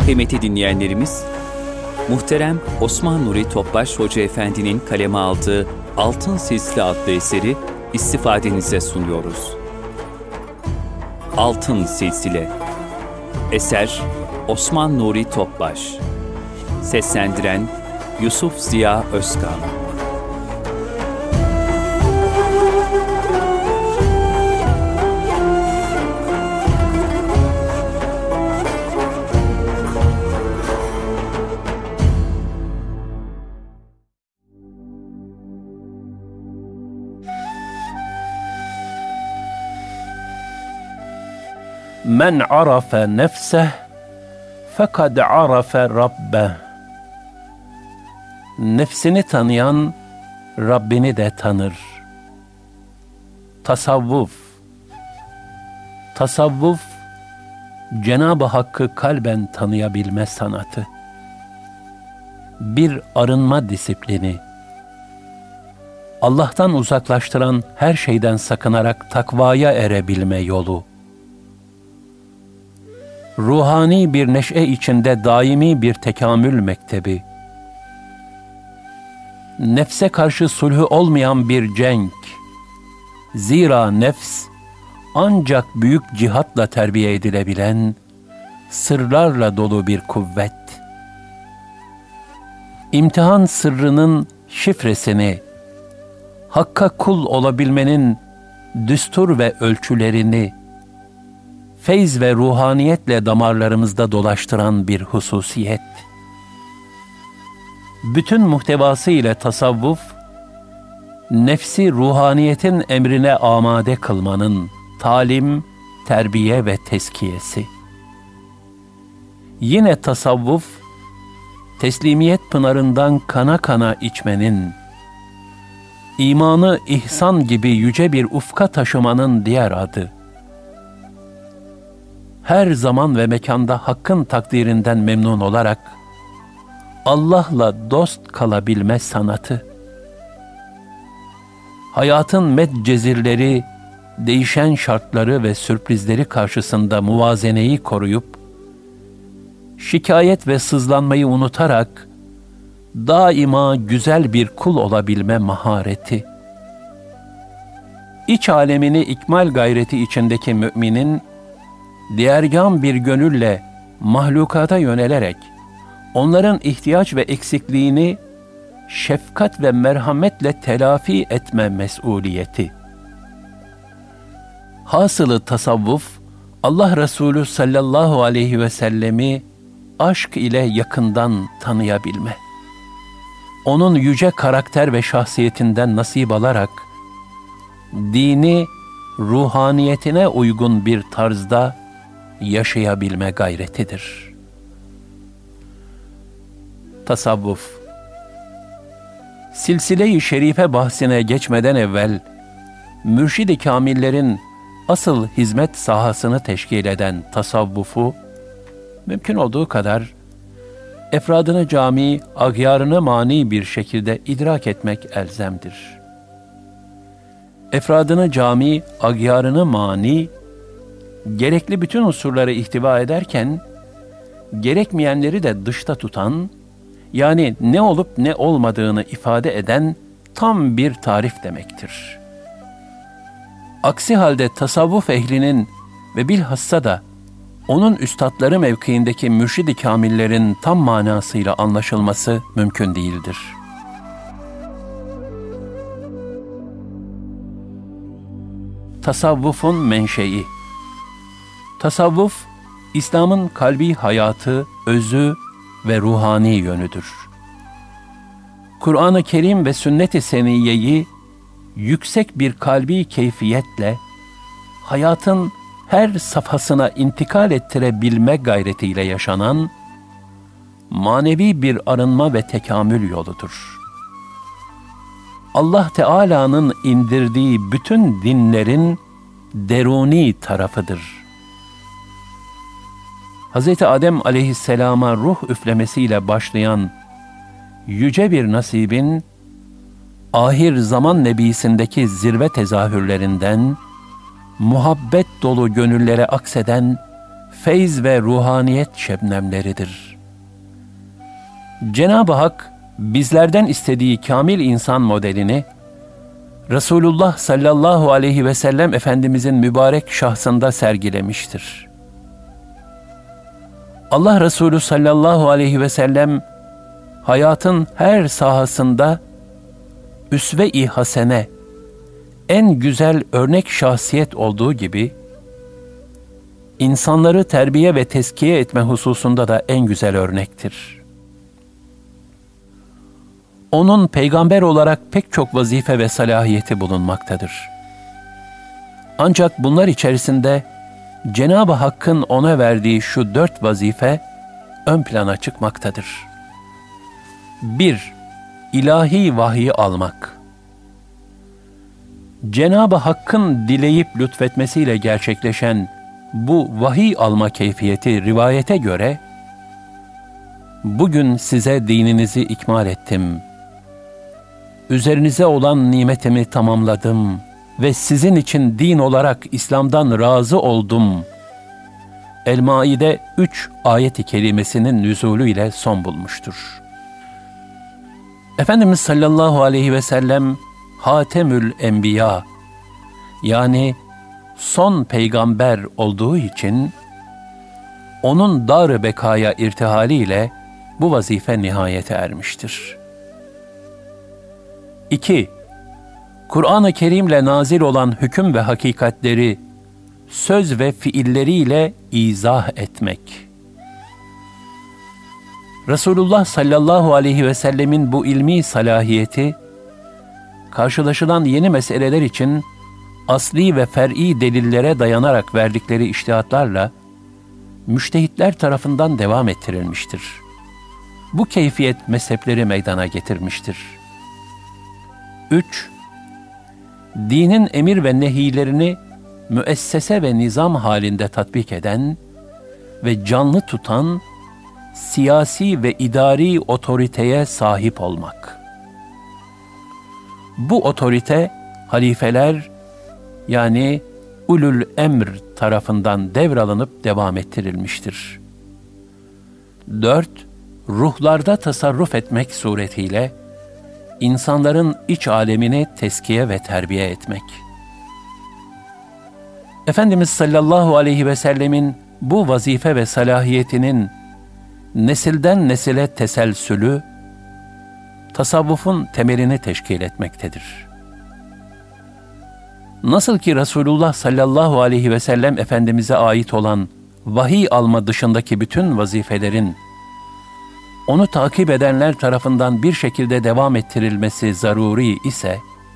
Kıymetli dinleyenlerimiz, muhterem Osman Nuri Topbaş Hoca Efendi'nin kaleme aldığı Altın Silsile adlı eseri istifadenize sunuyoruz. Altın Silsile. Eser Osman Nuri Topbaş. Seslendiren Yusuf Ziya Özkan. Men arafe nefseh fekad arafe rabbeh. Nefsini tanıyan Rabbini de tanır. Tasavvuf. Tasavvuf, Cenab-ı Hakk'ı kalben tanıyabilme sanatı. Bir arınma disiplini. Allah'tan uzaklaştıran her şeyden sakınarak takvaya erebilme yolu. Ruhani bir neşe içinde daimi bir tekamül mektebi. Nefse karşı sulhü olmayan bir cenk. Zira nefs ancak büyük cihatla terbiye edilebilen, sırlarla dolu bir kuvvet. İmtihan sırrının şifresini, Hakk'a kul olabilmenin düstur ve ölçülerini, feyz ve ruhaniyetle damarlarımızda dolaştıran bir hususiyet. Bütün muhtevası ile tasavvuf, nefsi ruhaniyetin emrine amade kılmanın talim, terbiye ve teskiyesi. Yine tasavvuf, teslimiyet pınarından kana kana içmenin, imanı ihsan gibi yüce bir ufka taşımanın diğer adı. Her zaman ve mekanda Hakk'ın takdirinden memnun olarak Allah'la dost kalabilme sanatı. Hayatın medcezirleri, değişen şartları ve sürprizleri karşısında muvazeneyi koruyup, şikayet ve sızlanmayı unutarak daima güzel bir kul olabilme mahareti. İç alemini ikmal gayreti içindeki müminin, diğergân bir gönülle mahlukata yönelerek onların ihtiyaç ve eksikliğini şefkat ve merhametle telafi etme mesuliyeti. Hasılı tasavvuf, Allah Resulü sallallahu aleyhi ve sellemi aşk ile yakından tanıyabilme. Onun yüce karakter ve şahsiyetinden nasip alarak, dini ruhaniyetine uygun bir tarzda yaşayabilme gayretidir. Tasavvuf. Silsile-i şerife bahsine geçmeden evvel, mürşid-i kamillerin asıl hizmet sahasını teşkil eden tasavvufu, mümkün olduğu kadar efradını cami, agyarını mani bir şekilde idrak etmek elzemdir. Efradını cami, agyarını mani, gerekli bütün unsurları ihtiva ederken, gerekmeyenleri de dışta tutan, yani ne olup ne olmadığını ifade eden tam bir tarif demektir. Aksi halde tasavvuf ehlinin ve bilhassa da onun üstadları mevkiindeki mürşid-i kamillerin tam manasıyla anlaşılması mümkün değildir. Tasavvufun menşei. Tasavvuf, İslam'ın kalbi hayatı, özü ve ruhani yönüdür. Kur'an-ı Kerim ve sünnet-i seniyyeyi yüksek bir kalbi keyfiyetle hayatın her safhasına intikal ettirebilme gayretiyle yaşanan manevi bir arınma ve tekamül yoludur. Allah Teala'nın indirdiği bütün dinlerin deruni tarafıdır. Hz. Adem aleyhisselama ruh üflemesiyle başlayan yüce bir nasibin, ahir zaman nebisindeki zirve tezahürlerinden, muhabbet dolu gönüllere akseden feyz ve ruhaniyet şebnemleridir. Cenab-ı Hak bizlerden istediği kamil insan modelini Resulullah sallallahu aleyhi ve sellem Efendimizin mübarek şahsında sergilemiştir. Allah Resulü sallallahu aleyhi ve sellem hayatın her sahasında üsve-i hasene, en güzel örnek şahsiyet olduğu gibi, insanları terbiye ve tezkiye etme hususunda da en güzel örnektir. Onun peygamber olarak pek çok vazife ve salahiyeti bulunmaktadır. Ancak bunlar içerisinde Cenab-ı Hakk'ın ona verdiği şu 4 vazife ön plana çıkmaktadır. 1. İlahi vahyi almak. Cenab-ı Hakk'ın dileyip lütfetmesiyle gerçekleşen bu vahiy alma keyfiyeti rivayete göre, bugün size dininizi ikmal ettim, üzerinize olan nimetimi tamamladım ve sizin için din olarak İslam'dan razı oldum. El-Maide 3 ayet-i kerimesinin nüzulü ile son bulmuştur. Efendimiz sallallahu aleyhi ve sellem Hatemül Enbiya, yani son peygamber olduğu için onun dar-ı bekaya irtihaliyle bu vazife nihayete ermiştir. 2. Kur'an-ı Kerim'le nazil olan hüküm ve hakikatleri söz ve fiilleriyle izah etmek. Resulullah sallallahu aleyhi ve sellemin bu ilmi salahiyeti, karşılaşılan yeni meseleler için asli ve fer'i delillere dayanarak verdikleri içtihatlarla müştehitler tarafından devam ettirilmiştir. Bu keyfiyet mezhepleri meydana getirmiştir. 3. Dinin emir ve nehilerini müessese ve nizam halinde tatbik eden ve canlı tutan siyasi ve idari otoriteye sahip olmak. Bu otorite halifeler, yani ulul emr tarafından devralınıp devam ettirilmiştir. 4. Ruhlarda tasarruf etmek suretiyle insanların iç alemini teskiye ve terbiye etmek. Efendimiz sallallahu aleyhi ve sellemin bu vazife ve salahiyetinin nesilden nesile teselsülü, tasavvufun temelini teşkil etmektedir. Nasıl ki Resulullah sallallahu aleyhi ve sellem Efendimiz'e ait olan vahiy alma dışındaki bütün vazifelerin onu takip edenler tarafından bir şekilde devam ettirilmesi zaruri ise,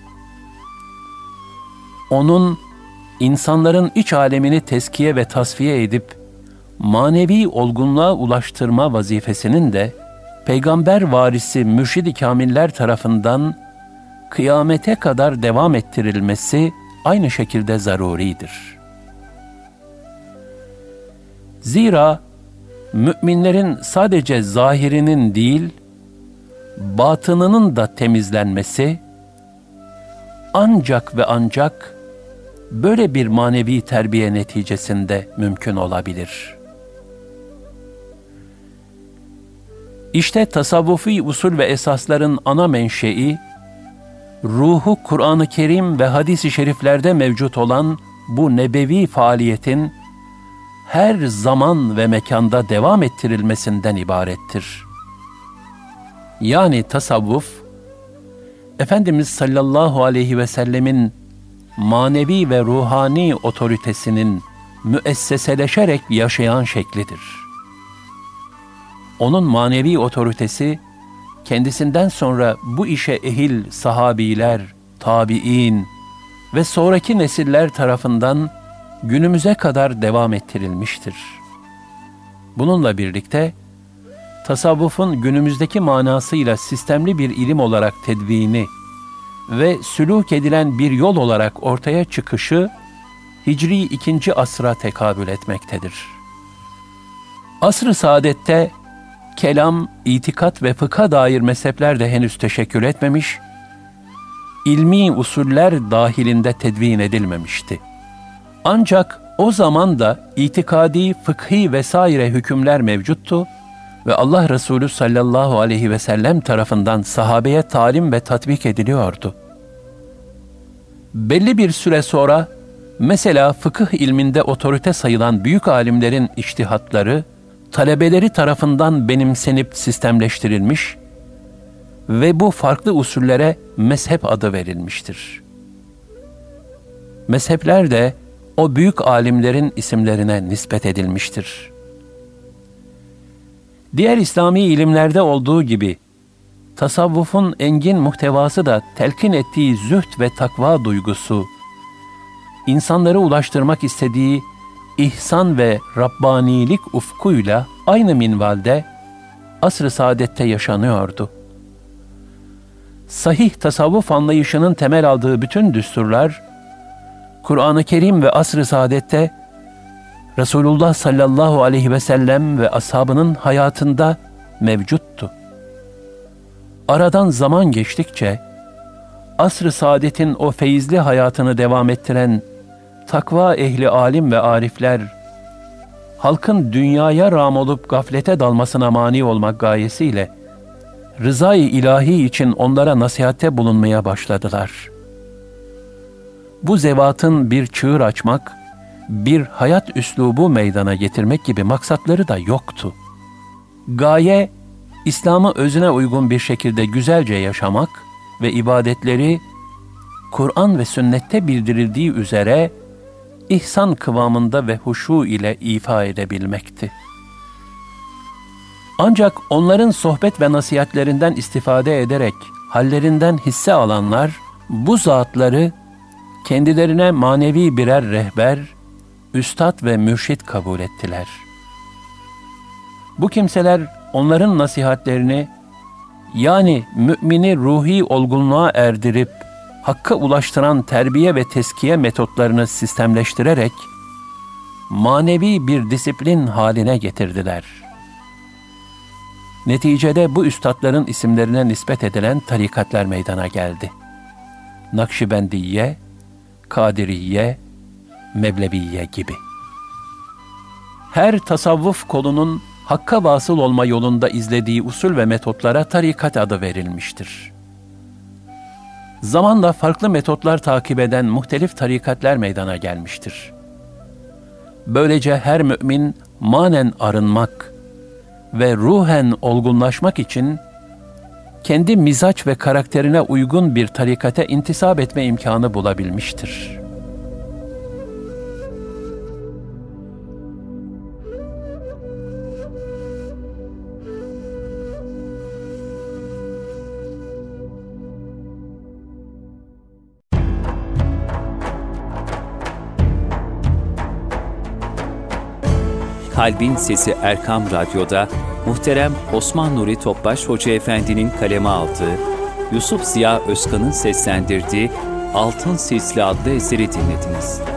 onun insanların iç alemini teskiye ve tasfiye edip manevi olgunluğa ulaştırma vazifesinin de peygamber varisi mürşid-i kamiller tarafından kıyamete kadar devam ettirilmesi aynı şekilde zaruridir. Zira müminlerin sadece zahirinin değil, batınının da temizlenmesi ancak ve ancak böyle bir manevi terbiye neticesinde mümkün olabilir. İşte tasavvufi usul ve esasların ana menşei, ruhu Kur'an-ı Kerim ve hadis-i şeriflerde mevcut olan bu nebevi faaliyetin her zaman ve mekanda devam ettirilmesinden ibarettir. Yani tasavvuf, Efendimiz sallallahu aleyhi ve sellemin manevi ve ruhani otoritesinin müesseseleşerek yaşayan şeklidir. Onun manevi otoritesi, kendisinden sonra bu işe ehil sahabiler, tabi'in ve sonraki nesiller tarafından günümüze kadar devam ettirilmiştir. Bununla birlikte, tasavvufun günümüzdeki manasıyla sistemli bir ilim olarak tedvini ve sülûk edilen bir yol olarak ortaya çıkışı, Hicri 2. asra tekabül etmektedir. Asr-ı saadette, kelam, itikat ve fıkha dair mezhepler de henüz teşekkül etmemiş, ilmi usuller dahilinde tedvin edilmemişti. Ancak O zaman da itikadi, fıkhi vesaire hükümler mevcuttu ve Allah Resulü sallallahu aleyhi ve sellem tarafından sahabeye talim ve tatbik ediliyordu. Belli bir süre sonra, mesela fıkıh ilminde otorite sayılan büyük alimlerin içtihatları, talebeleri tarafından benimsenip sistemleştirilmiş ve bu farklı usullere mezhep adı verilmiştir. Mezhepler de o büyük alimlerin isimlerine nispet edilmiştir. Diğer İslami ilimlerde olduğu gibi, tasavvufun engin muhtevası da telkin ettiği zühd ve takva duygusu, insanları ulaştırmak istediği ihsan ve Rabbanilik ufkuyla aynı minvalde asr-ı saadette yaşanıyordu. Sahih tasavvuf anlayışının temel aldığı bütün düsturlar, Kur'an-ı Kerim ve asr-ı saadette Resulullah sallallahu aleyhi ve sellem ve ashabının hayatında mevcuttu. Aradan zaman geçtikçe, asr-ı saadetin o feyizli hayatını devam ettiren takva ehli alim ve arifler, halkın dünyaya rağm olup gaflete dalmasına mani olmak gayesiyle, rızayı ilahi için onlara nasihatte bulunmaya başladılar. Bu zevatın bir çığır açmak, bir hayat üslubu meydana getirmek gibi maksatları da yoktu. Gaye, İslam'ı özüne uygun bir şekilde güzelce yaşamak ve ibadetleri, Kur'an ve sünnette bildirildiği üzere, ihsan kıvamında ve huşu ile ifa edebilmekti. Ancak onların sohbet ve nasihatlerinden istifade ederek hallerinden hisse alanlar, bu zatları kendilerine manevi birer rehber, üstad ve mürşit kabul ettiler. Bu kimseler onların nasihatlerini, yani mümini ruhi olgunluğa erdirip hakka ulaştıran terbiye ve teskiye metotlarını sistemleştirerek manevi bir disiplin haline getirdiler. Neticede bu üstadların isimlerine nispet edilen tarikatlar meydana geldi. Nakşibendiye, Kadiriye, Mevleviye gibi. Her tasavvuf kolunun hakka vasıl olma yolunda izlediği usul ve metotlara tarikat adı verilmiştir. Zamanla farklı metotlar takip eden muhtelif tarikatlar meydana gelmiştir. Böylece her mümin manen arınmak ve ruhen olgunlaşmak için kendi mizaç ve karakterine uygun bir tarikate intisap etme imkanı bulabilmiştir. Kalbin Sesi Erkam Radyo'da muhterem Osman Nuri Topbaş Hoca Efendi'nin kaleme aldığı, Yusuf Ziya Özkan'ın seslendirdiği Altın Silsile adlı eseri dinlediniz.